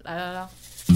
来，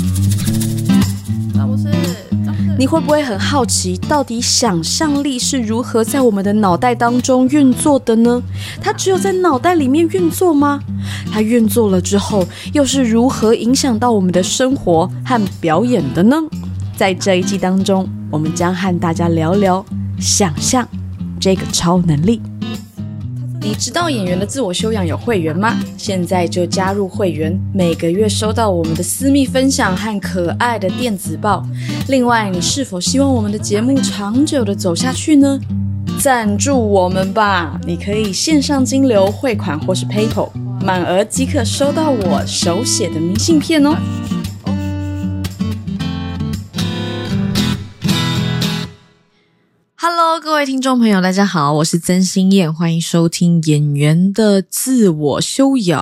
不是， 你会不会很好奇，到底想象力是如何在我们的脑袋当中运作的呢？它只有在脑袋里面运作吗？它运作了之后，又是如何影响到我们的生活和表演的呢？在这一季当中，我们将和大家聊聊想象这个超能力。你知道演员的自我修养有会员吗？现在就加入会员，每个月收到我们的私密分享和可爱的电子报。另外，你是否希望我们的节目长久的走下去呢？赞助我们吧！你可以线上金流汇款或是 PayPal， 满额即可收到我手写的明信片哦。Hello， 各位听众朋友，大家好，我是曾心燕，欢迎收听演员的自我修养。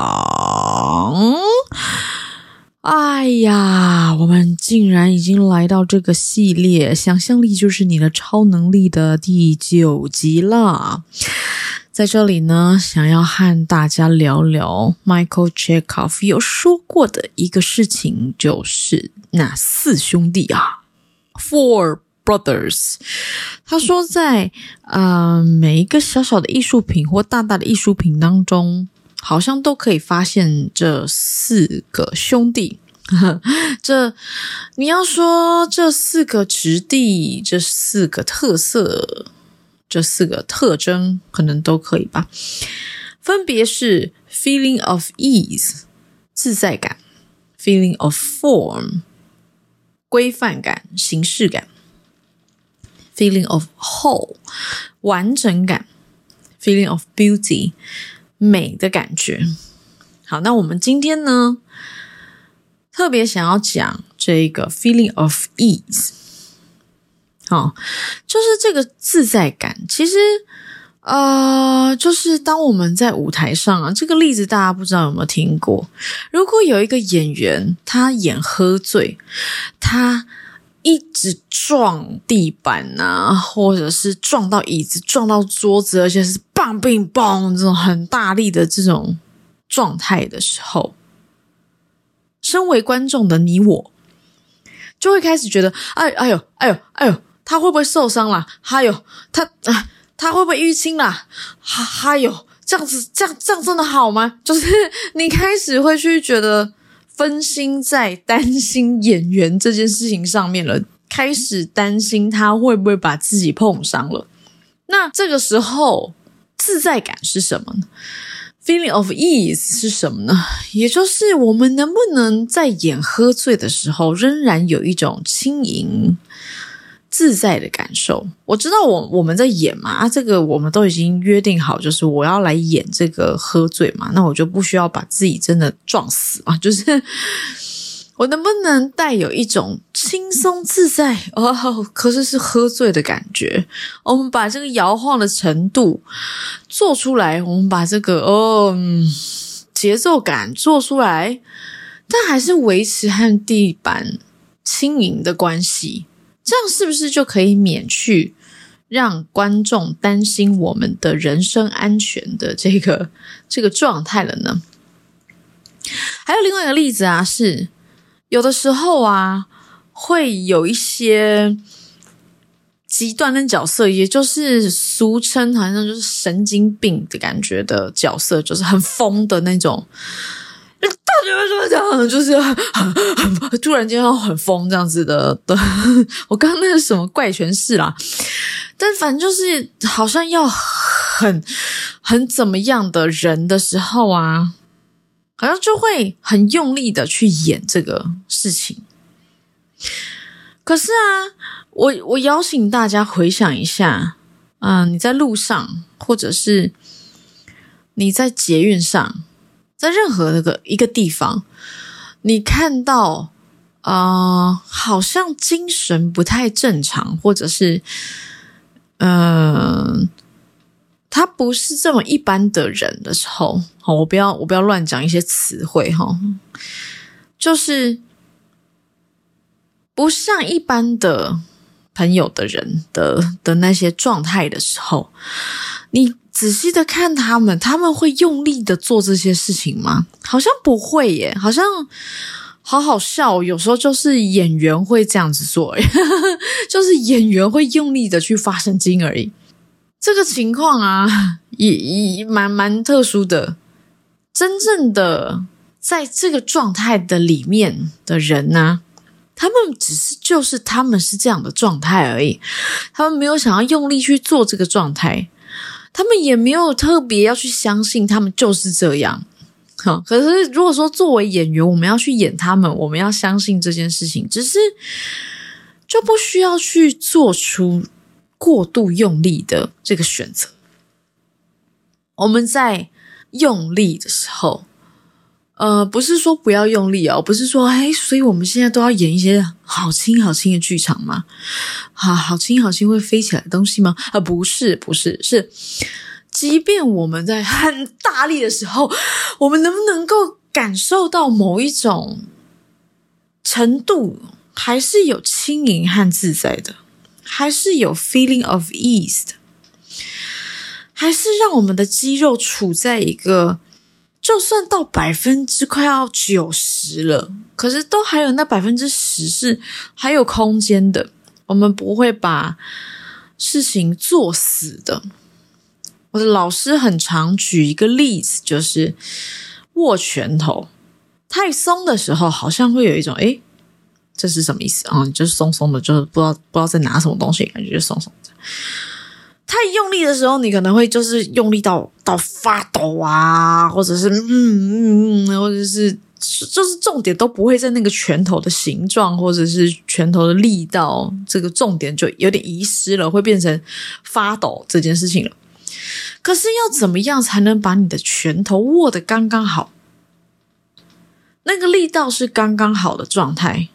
哎呀，我们竟然已经来到这个系列，想象力就是你的超能力的第9集啦。在这里呢，想要和大家聊聊 Michael Chekhov 有说过的一个事情，就是那4兄弟啊 ，Four Brothers。他说在每一个小小的艺术品或大大的艺术品当中，好像都可以发现这4个兄弟。你要说这4个质地，这4个特色，这4个特征，可能都可以吧。分别是 feeling of ease 自在感， feeling of form 规范感、形式感，feeling of whole 完整感， feeling of beauty 美的感觉。好，那我们今天呢特别想要讲这个 feeling of ease。好，就是这个自在感，其实就是当我们在舞台上啊，这个例子大家不知道有没有听过。如果有一个演员他演喝醉，他一直撞地板啊，或者是撞到椅子、撞到桌子，而且是棒冰棒这种很大力的这种状态的时候，身为观众的你我就会开始觉得哎呦，他会不会受伤啦？还有他会不会淤青啦？还有这样真的好吗？就是你开始会去觉得分心在担心演员这件事情上面了，开始担心他会不会把自己碰伤了。那这个时候自在感是什么呢？ Feeling of ease 是什么呢？也就是我们能不能在演喝醉的时候仍然有一种轻盈自在的感受。我知道我们在演嘛，这个我们都已经约定好，就是我要来演这个喝醉嘛，那我就不需要把自己真的撞死嘛，就是我能不能带有一种轻松自在可是喝醉的感觉。我们把这个摇晃的程度做出来，我们把这个节奏感做出来，但还是维持和地板轻盈的关系。这样是不是就可以免去让观众担心我们的人身安全的这个状态了呢？还有另外一个例子啊，是有的时候啊会有一些极端的角色，也就是俗称好像就是神经病的感觉的角色，就是很疯的那种，到底为什么这样？就是突然间要很疯这样子的我刚刚那是什么怪诠释啦？但反正就是好像要很怎么样的人的时候啊，好像就会很用力的去演这个事情。可是啊，我邀请大家回想一下你在路上，或者是你在捷运上，在任何一个地方，你看到好像精神不太正常，或者是他不是这么一般的人的时候，我不要乱讲一些词汇就是不像一般的朋友的人的那些状态的时候，你仔细的看他们会用力的做这些事情吗？好像不会耶，好像好好笑，有时候就是演员会这样子做就是演员会用力的去发神经而已。这个情况啊，也蛮特殊的。真正的在这个状态的里面的人呢，他们就是他们是这样的状态而已，他们没有想要用力去做这个状态，他们也没有特别要去相信他们就是这样。可是如果说作为演员，我们要去演他们，我们要相信这件事情，只是就不需要去做出过度用力的这个选择。我们在用力的时候，不是说不要用力哦，不是说所以我们现在都要演一些好轻好轻的剧场吗？好轻好轻会飞起来的东西吗？不是，是即便我们在很大力的时候，我们能不能够感受到某一种程度，还是有轻盈和自在的，还是有 feeling of ease 的，还是让我们的肌肉处在一个就算到快要90%了，可是都还有那10%是还有空间的，我们不会把事情做死的。我的老师很常举一个例子，就是握拳头太松的时候，好像会有一种这是什么意思啊？就是松松的，就是不知道在拿什么东西，感觉就松松的。太用力的时候，你可能会就是用力到发抖啊，或者是或者是就是重点都不会在那个拳头的形状或者是拳头的力道，这个重点就有点遗失了，会变成发抖这件事情了。可是要怎么样才能把你的拳头握得刚刚好，那个力道是刚刚好的状态，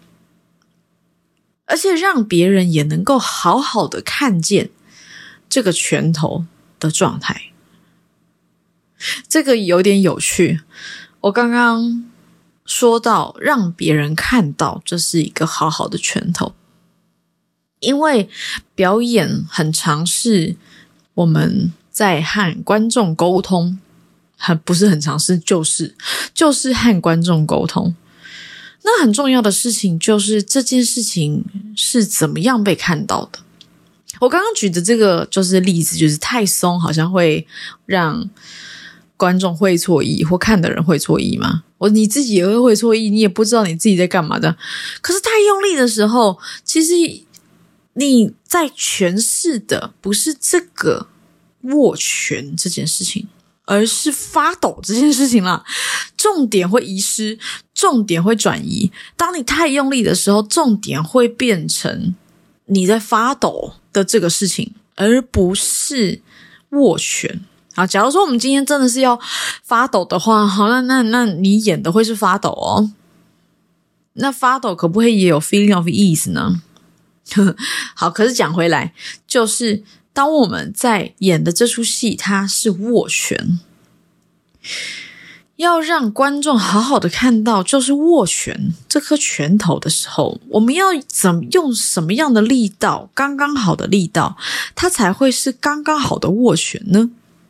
而且让别人也能够好好的看见这个拳头的状态。这个有点有趣，我刚刚说到让别人看到这是一个好好的拳头，因为表演很常是我们在和观众沟通，不是很常是就是和观众沟通。那很重要的事情就是这件事情是怎么样被看到的。我刚刚举的这个就是例子，就是太松好像会让观众会错意，或看的人会错意嘛。你自己也会错意，你也不知道你自己在干嘛的。可是太用力的时候，其实你在诠释的不是这个握拳这件事情，而是发抖这件事情啦。重点会遗失，重点会转移。当你太用力的时候，重点会变成你在发抖的这个事情，而不是握拳。好，假如说我们今天真的是要发抖的话，好，那你演的会是发抖哦。那发抖可不可以也有 feeling of ease 呢？好，可是讲回来，就是当我们在演的这出戏它是握拳，要让观众好好的看到就是握拳这颗拳头的时候，我们要用什么样的力道，刚刚好的力道，它才会是刚刚好的握拳呢？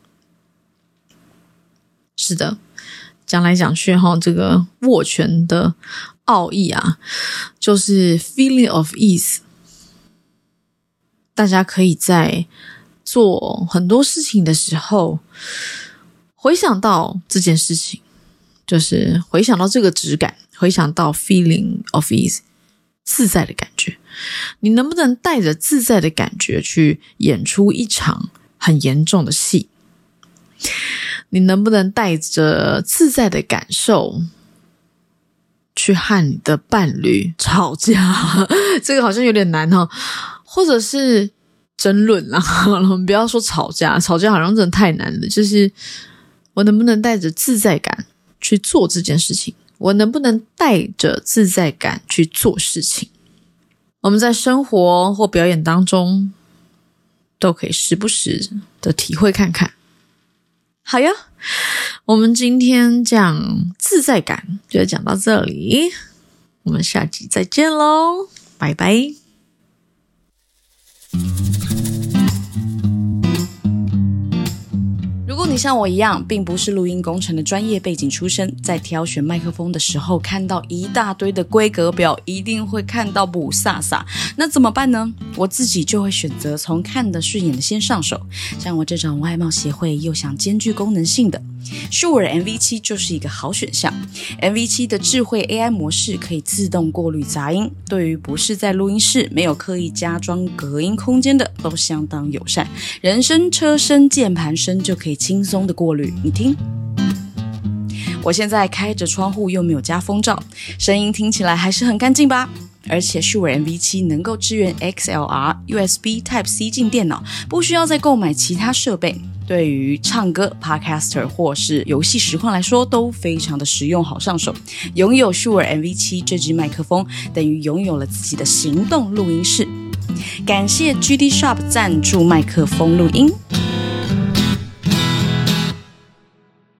是的，讲来讲去这个握拳的奥义啊，就是 feeling of ease。大家可以在做很多事情的时候回想到这件事情，就是回想到这个质感，回想到 feeling of ease， 自在的感觉。你能不能带着自在的感觉去演出一场很严重的戏？你能不能带着自在的感受去和你的伴侣吵架？这个好像有点难或者是争论啦，我们不要说吵架，吵架好像真的太难了。就是我能不能带着自在感去做这件事情？我能不能带着自在感去做事情？我们在生活或表演当中都可以时不时的体会看看。好呀，我们今天讲自在感就讲到这里，我们下集再见咯，拜拜。如果你像我一样并不是录音工程的专业背景出身，在挑选麦克风的时候看到一大堆的规格表，一定会看到不飒飒，那怎么办呢？我自己就会选择从看得顺眼的先上手，像我这种外貌协会又想兼具功能性的Shure MV7 就是一个好选项。 MV7 的智慧 AI 模式可以自动过滤杂音，对于不是在录音室没有刻意加装隔音空间的都相当友善，人声、车声、键盘声就可以轻松的过滤。你听，我现在开着窗户又没有加风罩，声音听起来还是很干净吧？而且Shure MV7 能够支援 XLR、USB Type-C 进电脑，不需要再购买其他设备。对于唱歌、Podcaster 或是游戏实况来说都非常的实用好上手。拥有Shure MV7 这支麦克风，等于拥有了自己的行动录音室。感谢 GD Shop 赞助麦克风录音。